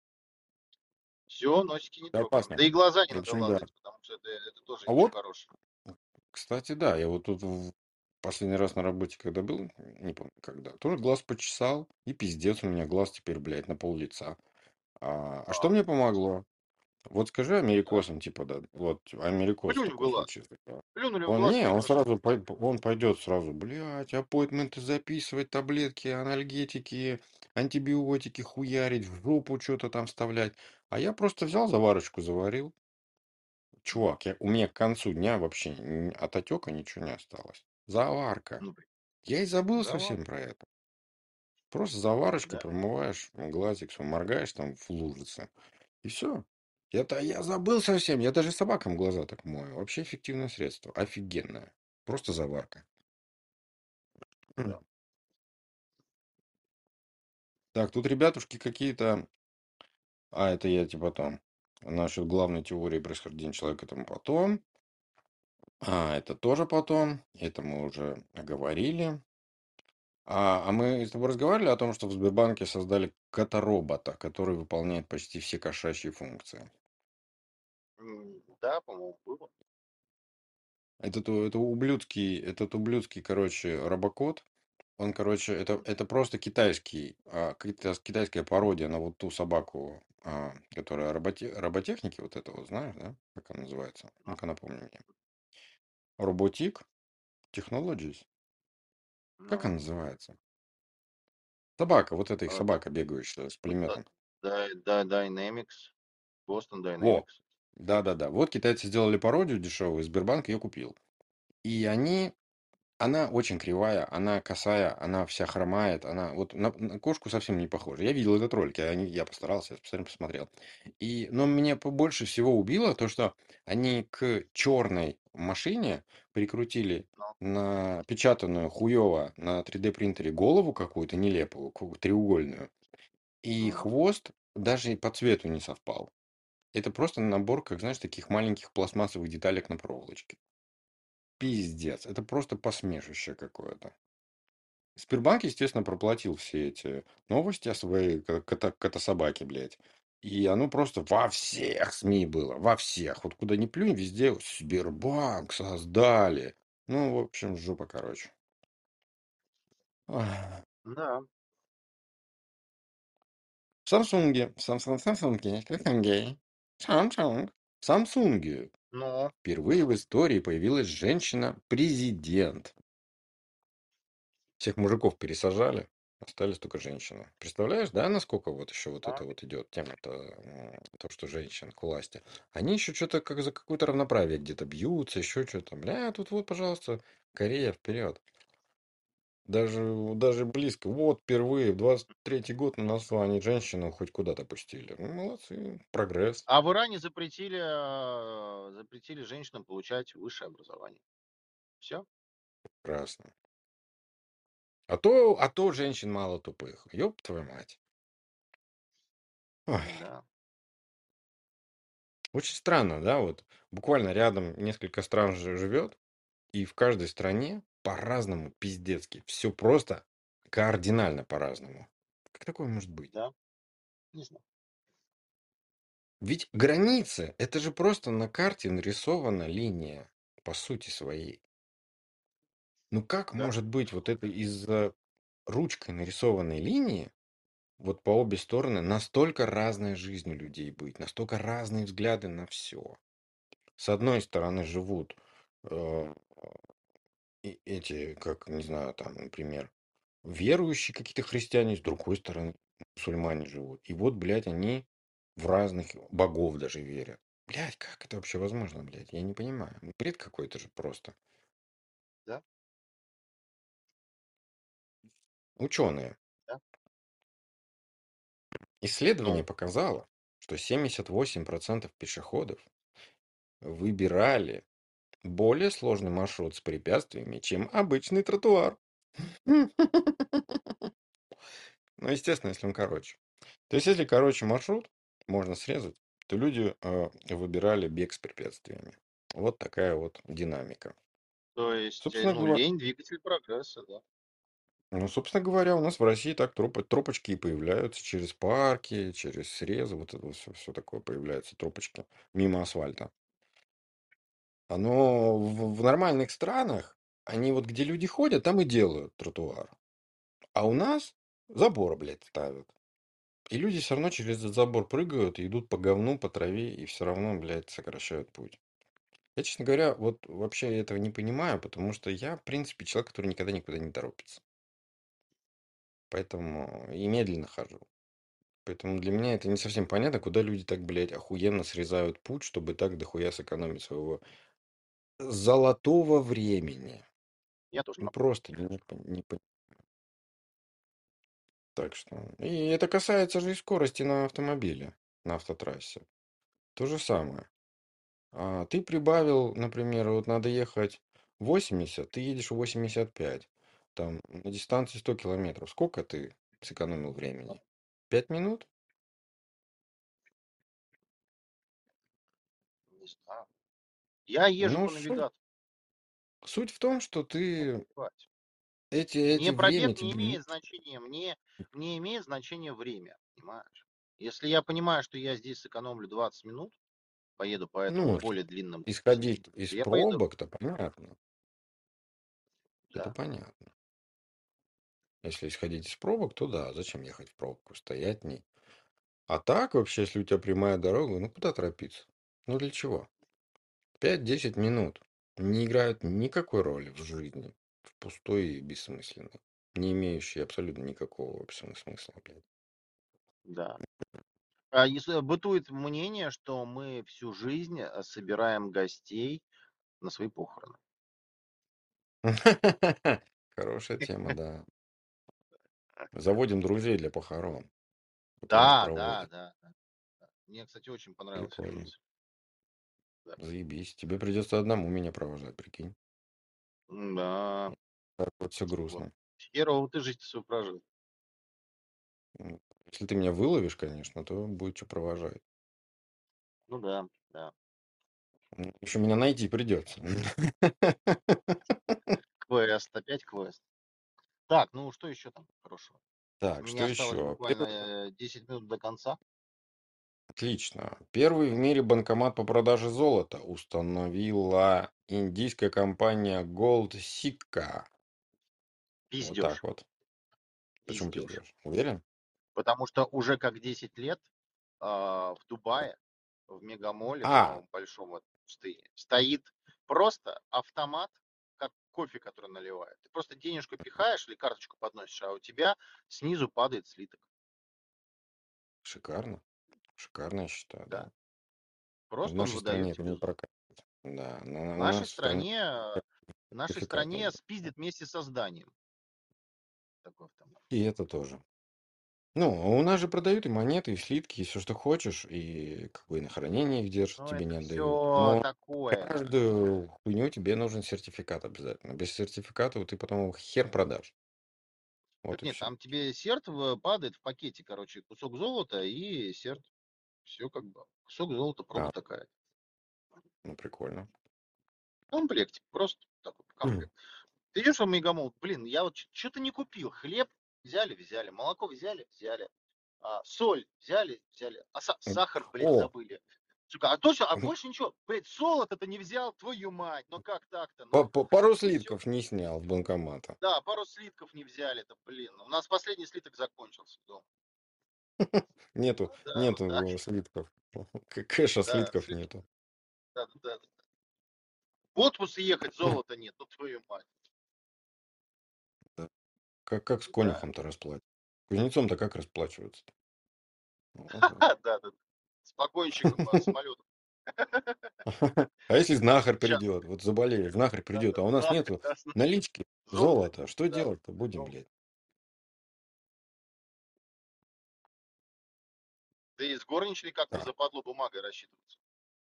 Все, носики не Это трогаем. опасно. Да и глаза не В надо общем, да. лазать, потому что это, это тоже А ничего вот, хорошего. кстати, да, я вот тут в последний раз на работе, когда был, не помню когда, тоже глаз почесал, и пиздец, у меня глаз теперь, блядь, на пол лица. А, а что А, мне помогло? Вот скажи да. америкосам, типа, да, вот америкос Плюнь в такой глаз. случится. Да. Плюнули в Он глаз, не, все он хорошо. сразу, пой- он пойдет сразу, блядь, аппойтменты записывать, таблетки, анальгетики, антибиотики хуярить, в жопу что-то там вставлять. А я просто взял заварочку, заварил. М, Чувак, я, у меня к концу дня вообще н- от отека ничего не осталось. Заварка. Ну, Я и забыл завар. совсем про это. Просто заварочка, Да, промываешь глазик, свой, моргаешь там в лужице. И все. Это я забыл совсем. Я даже собакам глаза так мою. Вообще эффективное средство. Офигенное. Просто заварка. М. да. Так, тут ребятушки какие-то... А, это я типа потом. Насчет главной теории происхождения человека, этому потом. А, это тоже потом. Это мы уже говорили. А, а мы с тобой разговаривали о том, что в Сбербанке создали кота-робота, который выполняет почти все кошачьи функции. М, Да, по-моему, было. Этот, у- это ублюдский, этот ублюдский, короче, робокот, он, короче, это, М, это просто китайский, а, кита- китайская пародия на вот ту собаку, а, которая роботе, роботехники, вот это вот, знаешь, да? Как она называется? ну, Ну-ка напомни мне. Роботик Technologies? Как она ну, называется? Собака, вот эта их а, да- собака, бегающая с да- пулеметом. да- да- Dynamics, Boston Во! Dynamics. Да-да-да. Вот китайцы сделали пародию дешевую, Сбербанк ее купил. И они Она очень кривая, она косая, она вся хромает, она вот на, на кошку совсем не похожа. Я видел этот ролик, я, не- я постарался, я специально посмотрел. И, но меня побольше всего убило то, что они к черной машине прикрутили Ну, напечатанную хуево на три дэ принтере голову какую-то нелепую, ку- треугольную, и м. хвост даже и по цвету не совпал. Это просто набор, как знаешь, таких маленьких пластмассовых деталек на проволочке. Пиздец, это просто посмешище какое-то. Сбербанк, естественно, проплатил все эти новости о своей ко- кота, кота-собаке, блядь. И оно просто во всех СМИ было, во всех. Вот куда ни плюнь, везде Сбербанк создали. Ну, в общем, жопа, короче. Ах. Да. В Самсунге, в Самсунг, Самсунге, Самсунге, Самсунг, в Самсунге Ну, впервые в истории появилась женщина-президент. Всех мужиков пересажали, остались только женщины. Представляешь, да, насколько вот еще вот а, это вот идет тема-то, м, то, что женщин к власти. Они еще что-то как за какое-то равноправие где-то бьются, еще что-то. Бля, тут вот, пожалуйста, Корея вперед. Даже, даже близко. Вот впервые в двадцать третий год на носу они женщину хоть куда-то пустили. Ну, молодцы, прогресс. а в Иране запретили, а, запретили женщинам получать высшее образование. Все? Прекрасно. А то, а то женщин мало тупых. Ёб твою мать. Ой, Да. очень странно, да, вот буквально рядом несколько стран жи- живет, и в каждой стране по-разному, пиздецки. Все просто кардинально по-разному. Как такое может быть? Да. Не знаю. Ведь границы — это же просто на карте нарисована линия. по сути своей. Ну как Да, может быть вот безусловно. это из-за ручкой нарисованной линии, вот по обе стороны, настолько разная жизнь у людей быть, настолько разные взгляды на все. С одной стороны живут э, и эти, как, не знаю, там, например, верующие какие-то христиане, с другой стороны мусульмане живут. И вот, блядь, они в разных богов даже верят. Блядь, как это вообще возможно, блядь? Я не понимаю. Ну, бред какой-то же просто. Да, Ученые. да. Исследование Ну, показало, что семьдесят восемь процентов пешеходов выбирали более сложный маршрут с препятствиями, чем обычный тротуар. Ну, естественно, если он короче. То есть, если короче маршрут, можно срезать, то люди э, выбирали бег с препятствиями. Вот такая вот динамика. то есть, э, Собственно ну, говоря, лень двигатель прогресса, да. ну, собственно говоря, у нас в России так тропы, тропочки и появляются через парки, через срезы, вот это все, все такое появляются, тропочки мимо асфальта. Оно в, в нормальных странах, они вот где люди ходят, там и делают тротуар. А у нас забор, блядь, ставят. И люди все равно через этот забор прыгают и идут по говну, по траве, и все равно, блядь, сокращают путь. Я, честно говоря, вот вообще этого не понимаю, потому что я, в принципе, человек, который никогда никуда не торопится. Поэтому и медленно хожу. Поэтому для меня это не совсем понятно, куда люди так, блядь, охуенно срезают путь, чтобы так дохуя сэкономить своего золотого времени. Я тоже не Ну, могу. просто не, пон- не пон- Так что... И это касается же и скорости на автомобиле, на автотрассе. То же самое. А ты прибавил, например, вот надо ехать восемьдесят, ты едешь восемьдесят пять. Там на дистанции сто километров. Сколько ты сэкономил времени? Пять минут? Не знаю. Я езжу Ну, по суть, навигатору. суть в том, что Мне ты плевать. эти, эти Мне время пробег не тебе не... имеет значения. Мне, мне имеет значение время, понимаешь? Если я понимаю, что я здесь сэкономлю двадцать минут, поеду по этому Ну, более длинному пути, исходить из то я поеду, пробок, то понятно. Это да. понятно. Если исходить из пробок, то да, зачем ехать в пробку, стоять в ней. А так вообще, если у тебя прямая дорога, ну куда торопиться? Ну для чего? Пять-десять минут не играют никакой роли в жизни. В пустой и бессмысленной. Не имеющей абсолютно никакого вообще смысла, блядь. Да. А если бытует мнение, что мы всю жизнь э, собираем гостей на свои похороны. Хорошая тема, да. Заводим друзей для похорон. Потом их Да, да, проводим. да, да. Да. Мне, кстати, очень понравилась эта Прикольно. мысль. Да. Заебись. Тебе придется одному меня провожать, прикинь. Да. Так вот все Вот. грустно. Херово ты жизнь свою прожил. М, Если ты меня выловишь, конечно, то будет что провожать. Ну да, да. Еще меня найти придется. Квест, опять квест. Так, ну что еще там хорошего? У Так, что меня осталось еще? буквально э, десять минут до конца. Отлично. Первый в мире банкомат по продаже золота установила индийская компания Gold Sika. Вот так Пиздеж. вот. Почему Пиздеж. пиздешь? Уверен? Потому что уже как десять лет а, в Дубае, в мегамоле, в А, самом большом этом пустыне, стоит просто автомат, как кофе, который наливает. Ты просто денежку пихаешь или карточку подносишь, а у тебя снизу падает слиток. шикарно. Шикарно, я считаю, Да. да. В Просто он нашей выдает стране это тебе не золото. прокатит. Да, но В у нашей нас в стране стране, э, в нашей сертификат стране нужен. спиздит вместе со зданием такой автомат. И это тоже. Ну, а у нас же продают и монеты, и слитки, и все, что хочешь, и как бы и на хранение их держат, Ну, тебе не это отдают. все Но такое. каждую хуйню тебе нужен сертификат обязательно. Без сертификата ты потом его хер продашь. Вот Так и нет, все. там тебе серт в- падает в пакете, короче, кусок золота и серт. Все как бы. Кусок золота, А, проба такая. ну прикольно. В комплекте, просто такой Мгм. комплект. Ты идешь в Мегамолл, блин, я вот что-то не купил. Хлеб взяли, взяли. Молоко взяли, взяли. А, соль взяли, взяли. А са- сахар, блядь, О, забыли. Сука, а точно, а больше ничего. Блядь, золото-то не взял, твою мать. Ну как так-то? Па- Ну, па- Пару ну все. слитков не снял с банкомата. Да, пару слитков не взяли-то, блин. У нас последний слиток закончился дома. Нету, Ну да, вот так. нету слитков. К- Кэша Да, слитков слитки. нету. Да, да, да. В отпуск ехать, золота нет, ну твою мать. Да. Как, как с Да, конюхом-то расплачиваться? Кузнецом-то как расплачиваться? да, да, да. С погонщиком а, самолета. А если знахарь Сейчас, придет? Вот заболеешь, знахарь да, придет, да, а у нас знахарь, нету да, зна- налички, золото золота. нет, Что да. делать-то будем, Золото. блядь? Да и с горничной как-то Так. западло бумагой рассчитываться.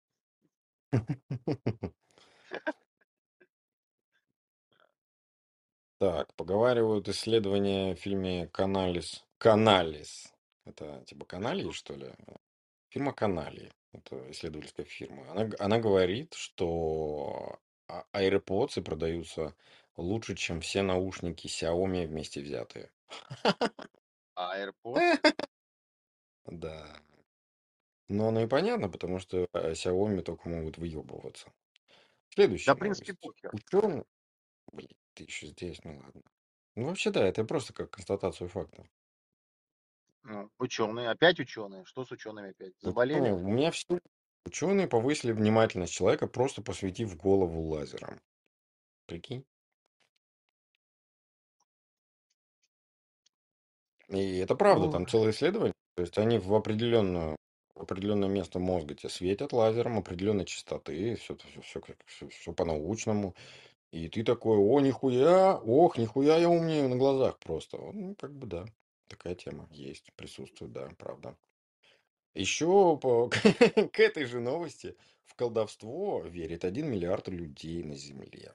Так, поговаривают исследования в фильме «Каналис». «Каналис». Это типа Это «Каналии», что? что ли? Фирма «Каналии». Это исследовательская фирма. Она, г- она говорит, что а- AirPods продаются лучше, чем все наушники Xiaomi вместе взятые. А AirPods? Да. Но оно и понятно, потому что э, Xiaomi только могут выебываться. Да, Следующая в принципе, новость. похер. Ученые... Блин, ты еще здесь, ну ладно. Ну вообще да, это просто как констатацию факта. Ну, ученые, опять ученые. Что с учеными опять? Ученые, Заболели? у меня все... Ученые повысили внимательность человека, просто посветив голову лазером. Прикинь? И это правда, Ой, там целое исследование. То есть они в определенную, в определенное место мозга тебе светят лазером определенной частоты, все, все, все, все, все по-научному. И ты такой, о, нихуя, ох, нихуя я умнею на глазах просто. Вот, ну, как бы да, такая тема есть, присутствует, да, правда. Еще по, к этой же новости в колдовство верит один миллиард людей на Земле.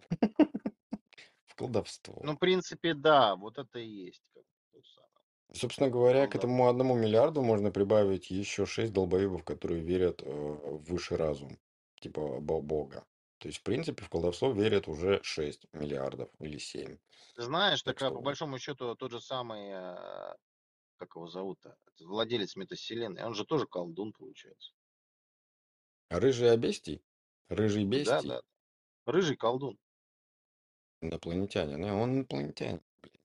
В колдовство. ну, в принципе, да, вот это и есть как то самое. Собственно говоря, к Колдовство. этому одному миллиарду можно прибавить еще шесть долбоебов, которые верят э, в высший разум, типа бо- Бога. То есть, в принципе, в колдовство верят уже шесть миллиардов или семь. Ты знаешь, Так так а, что по вот. большому счету тот же самый, э, как его зовут-то, этот владелец метавселенной, он же тоже колдун получается. А рыжий обестий, рыжий Да, бестий, да, рыжий колдун, инопланетянин, э, он инопланетянин.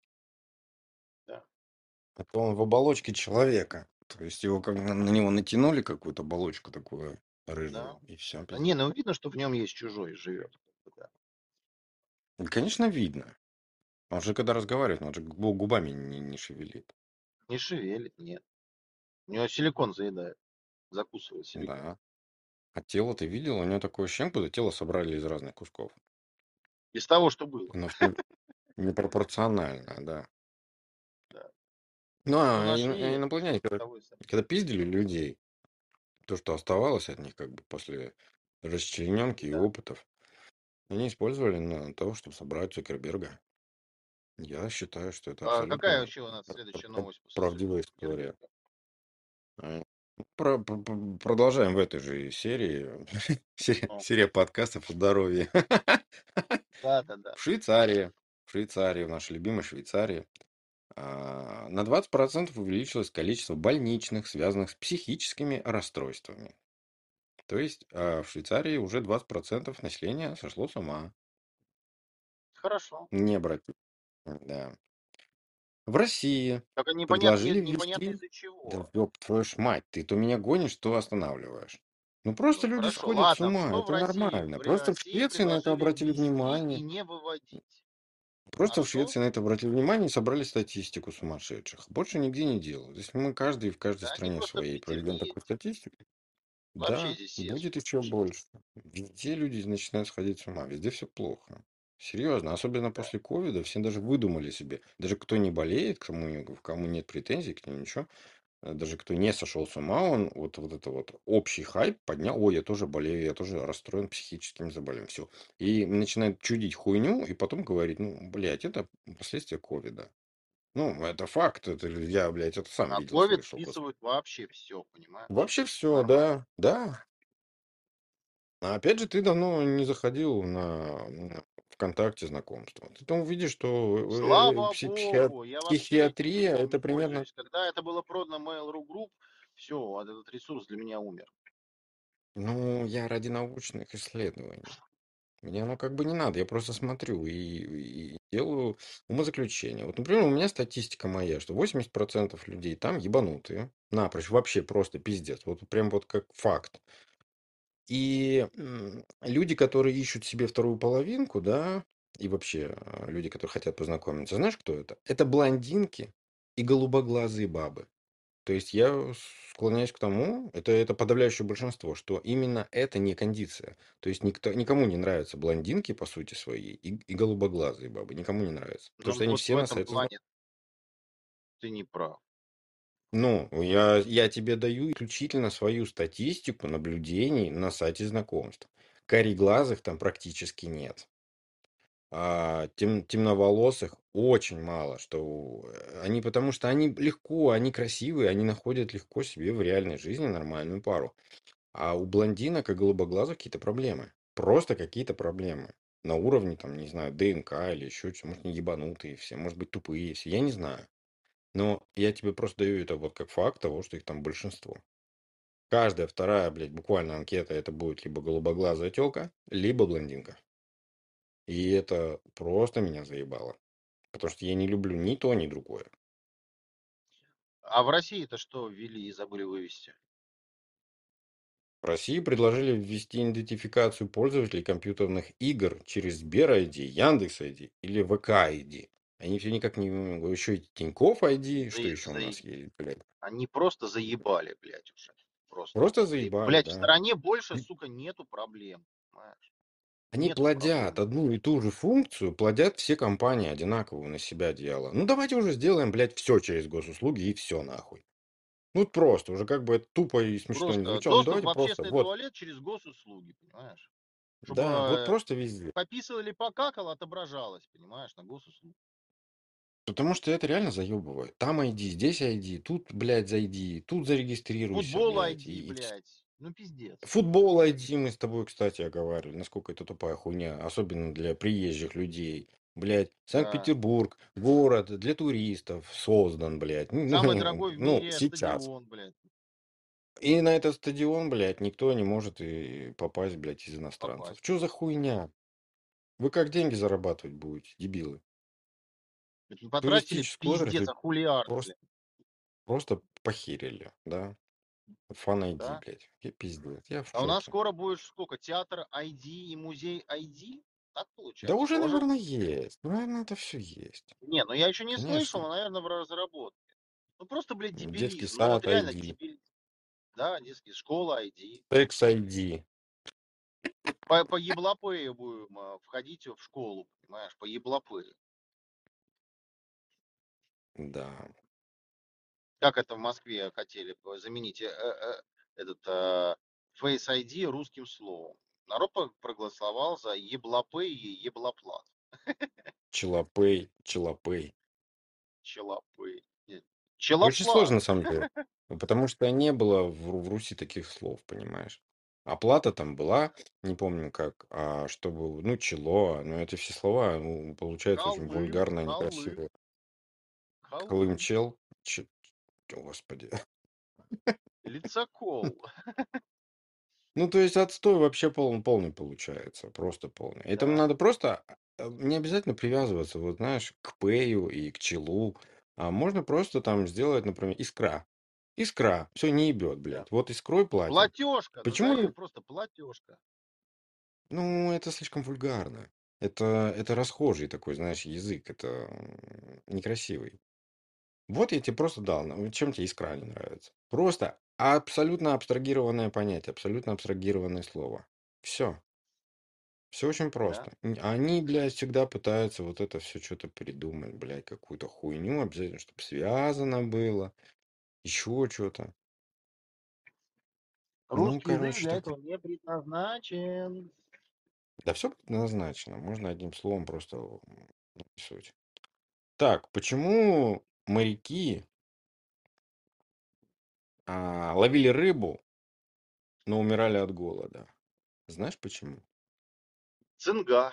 да, А то он в оболочке человека. То есть его как на на него натянули какую-то оболочку такую да. рыжую, и все, Да не, пиздец. ну видно, что в нем есть чужой живет. Да. И, конечно, видно. Он же когда разговаривает, он же гу- губами не, не шевелит. Не шевелит, нет. У него силикон заедает, закусывает силикон. Да. А тело ты видел? У него такое ощущение, будто тело собрали из разных кусков. Из того, что было. Оно все непропорционально, да. Да. Ну, Ну, а ино- а нашли инопланетяне, когда, того и сам. когда пиздили людей, то, что оставалось от них, как бы после расчлененки и Да. опытов, они использовали на того, чтобы собрать Цукерберга. Я считаю, что это А какая абсолютно вообще у нас пр- следующая пр- новость после правдивая история. Цукерберга? Э, про- про- про- продолжаем в этой же серии. Серия, Ну, серия подкастов о здоровье. да, да, да. В Швейцарии, в Швейцарии, в нашей любимой Швейцарии, а, на двадцать процентов увеличилось количество больничных, связанных с психическими расстройствами. То есть а, в Швейцарии уже двадцать процентов населения сошло с ума. Хорошо. Не обратили. Да. В России Только непонятно, не- предложили непонятно ввести... из-за Да чего. ёб твою ж мать, ты то меня гонишь, то останавливаешь. Ну просто Ну, люди хорошо. сходят с Ладно, ума, что в это России? нормально. В Просто в России Швеции на это предложили обратили ввести и внимание. не выводить. А Просто в что? Швеции на это обратили внимание и собрали статистику сумасшедших. Больше нигде не делают. Если мы каждый в каждой Да они стране просто своей проведем впечатлились. такую статистику, Вообще да, здесь будет сельскую еще вообще. больше. Везде люди начинают сходить с ума, везде все плохо. Серьезно, особенно Да. после ковида, все даже выдумали себе, даже кто не болеет, кому, кому нет претензий к ним, ничего, э, даже кто не сошел с ума, он вот, вот это вот общий хайп поднял, ой, я тоже болею, я тоже расстроен психическим заболеванием, все. И начинает чудить хуйню, и потом говорить, ну, блядь, это последствия ковида. Ну, это факт, это я, блядь, это сам На видел, ковид слышал, господи. списывают вообще все, понимаешь? Вообще все, Нормально. да, да. А опять же, ты давно не заходил на м, ВКонтакте знакомства. Ты там увидишь, что э, э, Слава пси- психи- богу, я вообще этим психиатрия языком это не примерно... пользуюсь. Когда это было продано Mail.ru Group, все, вот этот ресурс для меня умер. Ну, я ради научных исследований. Мне оно как бы не надо, я просто смотрю и, и делаю умозаключение. Вот, например, у меня статистика моя, что восемьдесят процентов людей там ебанутые. Напрочь, вообще просто пиздец. Вот прям вот как факт. И м, люди, которые ищут себе вторую половинку, да, и вообще а, люди, которые хотят познакомиться, знаешь, кто это? Это блондинки и голубоглазые бабы. То есть я склоняюсь к тому, это, это подавляющее большинство, что именно это не кондиция. То есть никто, никому не нравятся блондинки, по сути своей, и, и голубоглазые бабы. Никому не нравятся. Потому Ну что они вот в все нас этом это знают. плане ты не прав. Ну, я, я тебе даю исключительно свою статистику наблюдений на сайте знакомств. Кореглазых там практически нет. А тем, темноволосых очень мало, что э, они, потому что они легко, они красивые, они находят легко себе в реальной жизни нормальную пару. А у блондинок и голубоглазых какие-то проблемы. Просто какие-то проблемы. На уровне, там, не знаю, ДНК или еще что-то. Может, не ебанутые все, может быть, тупые все. Я не знаю. Но я тебе просто даю это вот как факт того, что их там большинство. Каждая вторая, блядь, буквально анкета, это будет либо голубоглазая телка, либо блондинка. И это просто меня заебало. Потому что я не люблю ни то, ни другое. А в России-то что ввели и забыли вывести? В России предложили ввести идентификацию пользователей компьютерных игр через Сбер ай ди, Яндекс ай ди или вэ ка ай ди. Они все никак не... Еще и Тинькофф ай ди, что Заe еще у нас заe есть, блядь. Они просто заебали, блядь, уже. Просто. Просто Бля заебали, блядь, в да. стране больше, И сука, нету проблем, понимаешь? они Нету плодят проблем. одну и ту же функцию, плодят все компании одинаково на себя одеяло. Ну давайте уже сделаем, блядь, все через госуслуги и все нахуй. Ну вот просто, уже как бы это тупо и смешно не Просто звучало, ну доступ давайте в просто, общественный вот, туалет через госуслуги, понимаешь? да, вот Чтобы просто везде. пописал или покакал, отображалось, понимаешь, на госуслуги. Потому что это реально заебывает. Там ай ди, здесь ай ди, тут, блядь, зайди, тут зарегистрируйся, Футбол блядь. ай ди, И, и вс- блядь. Ну, пиздец. Футбол ай ди мы с тобой, кстати, оговаривали, насколько это тупая хуйня, особенно для приезжих людей. Блядь, Да. Санкт-Петербург, город для туристов создан, блядь. Самый Ну, дорогой в ну, мире сейчас. стадион, блядь, И на этот стадион, блядь, никто не может и попасть, блядь, из иностранцев. попасть. Что за хуйня? Вы как деньги зарабатывать будете, дебилы? Это потратили Туристическую пиздец, отрасль ахулиард, просто, блядь. просто похерили, да? Фан ай ди, Да? блядь. Я пиздец, я в А у нас шоке. скоро будет сколько? Театр ай ди и музей ай ди? Так Да получается? уже, Тоже? наверное, есть. Наверное, это все есть. Не, ну я еще не слышал, Конечно. но, наверное, в разработке. Ну просто, блядь, Детский дебилизм. Ну вот сад реально ай ди, дебилизм. Да, детский, школа ай ди. секс ай ди. По, по еблапые будем а, входить в школу, понимаешь, по еблапые. Да. Как это в Москве хотели бы заменить э, э, этот э, Face ай ди русским словом. Народ по- проголосовал за еблапы и еблоплат. Челапей, челапей. Челапы. Нет, Очень сложно, челоплат. на самом деле. Потому что не было в, Ру- в Руси таких слов, понимаешь? Оплата там была, не помню как, а чтобы, ну, чело, ну, эти все слова, ну, получается очень Халык, вульгарно, халык, некрасиво. халык. Колымчел, ч... Господи. Лицакол. Ну, то есть отстой вообще полный, полный получается, просто полный. Этому Да, надо просто, а, не обязательно привязываться, вот знаешь, к пэю и к челу, а можно просто там сделать, например, искра. Искра, все не ебет, да. блядь. Вот искрой платим. Платежка. Почему? Назови же- просто платежка. Ну, это слишком вульгарно. Это, это расхожий такой, знаешь, язык. Это м, некрасивый. Вот я тебе просто дал. ну, Чем тебе искра не нравится? Просто абсолютно абстрагированное понятие, абсолютно абстрагированное слово. Все. Все очень Да. просто. Н- Они, блядь, всегда пытаются вот это все что-то придумать, блядь, какую-то хуйню, обязательно, чтобы связано было, еще что-то. Ну, Русский язык короче, для так. этого не предназначен. Да все назначено. Можно одним словом просто м, написать. Так, почему моряки а, ловили рыбу, но умирали от голода? Знаешь почему? Цинга.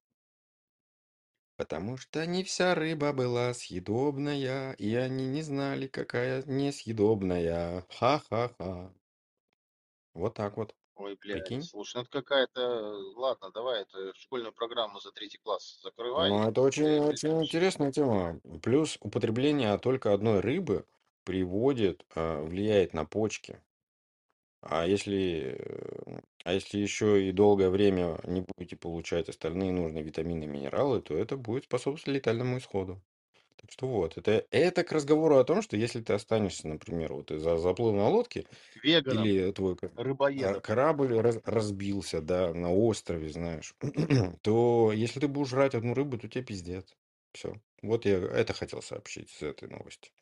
Потому что не вся рыба была съедобная, и они не знали, какая несъедобная. Ха-ха-ха. Вот так вот. Ой, блядь, Прикинь? слушай, ну это какая-то... Ладно, давай эту школьную программу за третий класс закрывай Ну, и это очень, пре- очень предыдущий. интересная тема. Плюс употребление только одной рыбы приводит, а, влияет на почки. А если, э, а если еще и долгое время не будете получать остальные нужные витамины и минералы, то это будет способствовать летальному исходу. Так что вот, это, это к разговору о том, что если ты останешься, например, вот из-за заплыва на лодке, Веганом, или твой ка- а, рыбоедом. корабль раз- разбился, да, на острове, знаешь, то если ты будешь жрать одну рыбу, то тебе пиздец. Все. Вот я это хотел сообщить с этой новости.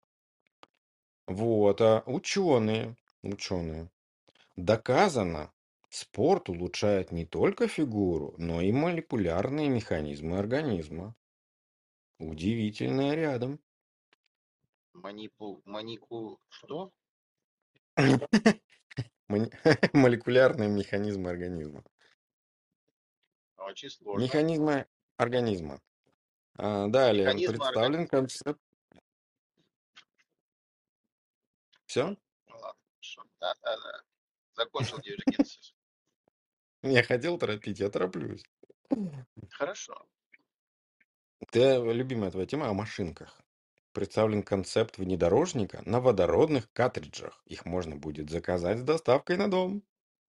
Вот, а ученые, ученые, доказано, спорт улучшает не только фигуру, но и молекулярные механизмы организма. Удивительное рядом. Манипул... Манику... Что? Мони- Молекулярные механизмы организма. Очень сложно. Механизмы организма. А, далее Механизмы представлен организма. концепт. Все? М, ну ладно, хорошо. Да, да, да. Закончил диагенез. Я хотел торопить, я тороплюсь. Хорошо. Ты, любимая твоя тема о машинках. Представлен концепт внедорожника на водородных картриджах. Их можно будет заказать с доставкой на дом.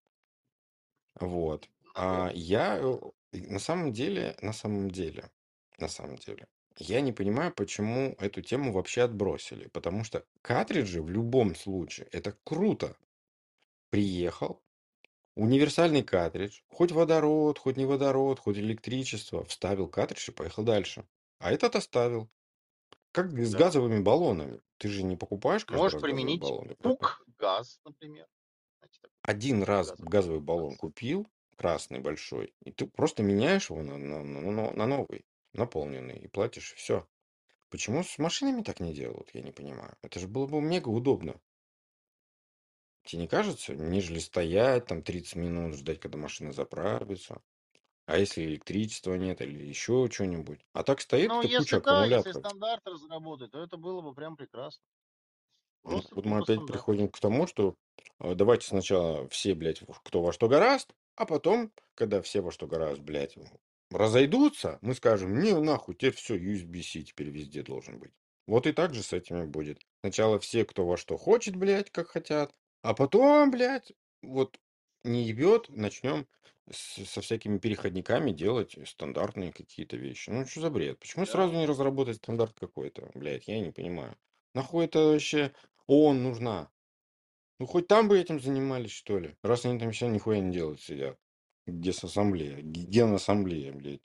Вот. На дом. А я э, на самом деле, на самом деле, на самом деле, я не понимаю, почему эту тему вообще отбросили. Потому что картриджи в любом случае это круто. Приехал, универсальный картридж, хоть водород, хоть не водород, хоть электричество, вставил картридж и поехал дальше. А этот оставил. Как с Да. газовыми баллонами. Ты же не покупаешь каждый Можешь раз газовые применить баллоны, правда? пук-газ, например. Знаете, такой Один раз газовый газовый баллон газ. купил, красный большой, и ты просто меняешь его на, на, на, на- на новый, наполненный, и платишь, и все. Почему с машинами так не делают, я не понимаю. Это же было бы мега удобно. Тебе не кажется? Нежели стоять там тридцать минут, ждать, когда машина заправится. А если электричества нет или еще что-нибудь? А так стоит Ну, эта куча если да, если аккумуляторов. стандарт разработать, то это было бы прям прекрасно. Ну, Просто вот мы тупо опять стандарт. приходим к тому, что э, давайте сначала все, блядь, в- кто во что гораст, а потом, когда все во что гораст, блядь, разойдутся, мы скажем, не, нахуй, теперь все, ю эс би-C теперь везде должен быть. Вот и так же с этими будет. Сначала все, кто во что хочет, блядь, как хотят, а потом, блядь, вот не ебет, начнем с- со всякими переходниками делать стандартные какие-то вещи. Ну, что за бред? Почему сразу Да. не разработать стандарт какой-то, блядь, я не понимаю. Нахуй это вообще ООН нужна? Ну, хоть там бы этим занимались, что ли. Раз они там все нихуя не делают, сидят. Где с ассамблея? Генассамблея, блядь.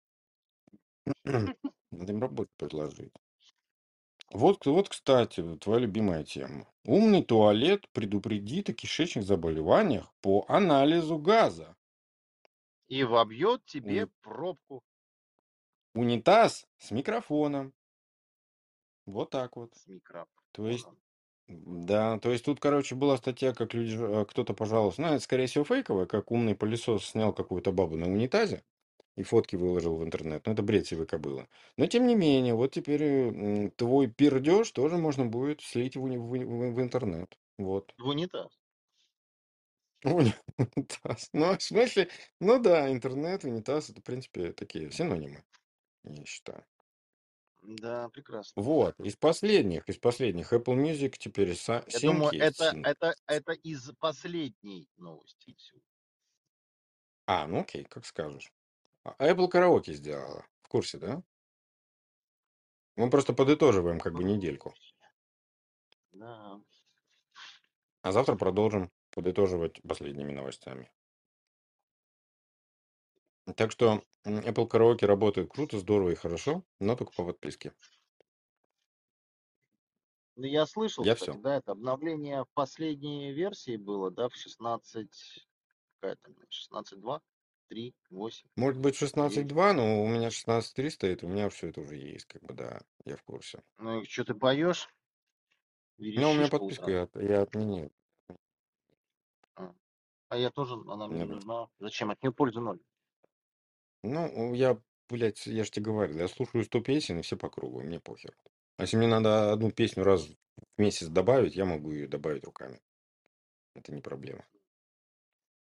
Надо им работу предложить. Вот, вот, кстати, вот твоя любимая тема. Умный туалет предупредит о кишечных заболеваниях по анализу газа. И вобьет тебе Уни- пробку унитаз с микрофоном. Вот так вот. с То есть, микрофоном. да, то есть тут, короче, была статья, как люди, э, кто-то пожаловался. Ну, это, скорее всего, фейковая, как умный пылесос снял какую-то бабу на унитазе и фотки выложил в интернет. Ну, это бред сивой кобылы. Но, тем не менее, вот теперь э, м, твой пердеж тоже можно будет слить в, уни- в уни- в- в интернет. Вот. В унитаз. Унитаз. Ну, в смысле, ну да, интернет, унитаз, это, в принципе, такие синонимы, я считаю. Да, прекрасно. Вот, из последних, из последних Apple Music теперь са- Я думаю, синк есть. это, Синк. это, это из последней новости. Всё. А, ну окей, как скажешь. А Apple караоке сделала. В курсе, да? Мы просто подытоживаем как бы недельку. Да. А завтра продолжим подытоживать последними новостями. Так что м, Apple караоке работает круто, здорово и хорошо, но только по подписке. Ну, я слышал, Я кстати, все. да, это обновление последней версии было, да, в шестнадцать, какая там, шестнадцать два, три, восемь, Может быть шестнадцать девять. два, но у меня шестнадцать три стоит, у меня все это уже есть, как бы, да, я в курсе. Ну и что ты поешь? Но у меня Верещишь по подписку утрам? я, я отменил. А, а я тоже, она У мне меня не просто- нужна. Зачем? От нее пользы ноль. Ну, я, блядь, я же тебе говорю, я слушаю сто песен и все по кругу, мне похер. А если мне надо одну песню раз в месяц добавить, я могу ее добавить руками. Это не проблема.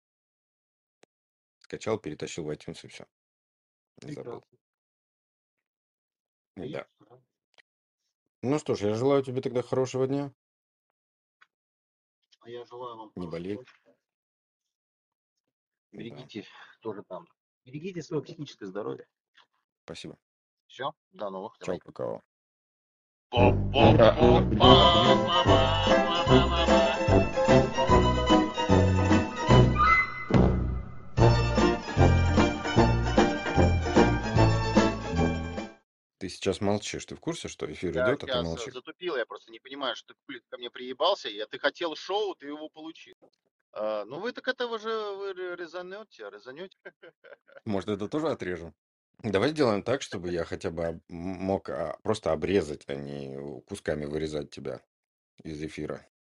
скачал, перетащил в iTunes и все. Не забыл. Прекрасно. Да. Видишь, да. Ну что ж, я желаю тебе тогда хорошего дня. А я желаю вам Не хорошей болей. ночи. Да. Берегите тоже там. Берегите свое психическое здоровье. Спасибо. Все, до новых. Чао, Давай. какао. Ты сейчас молчишь. Ты в курсе, что эфир Я идет, а ты сейчас молчишь? затупил, я просто не понимаю, что ты хули ко мне приебался, я, ты хотел шоу, ты его получил. А, ну вы так этого же вы ре- резанете, резанете. Может, это тоже отрежем? Давай сделаем так, чтобы я хотя бы об- м- мог а, просто обрезать, а не кусками вырезать тебя из эфира.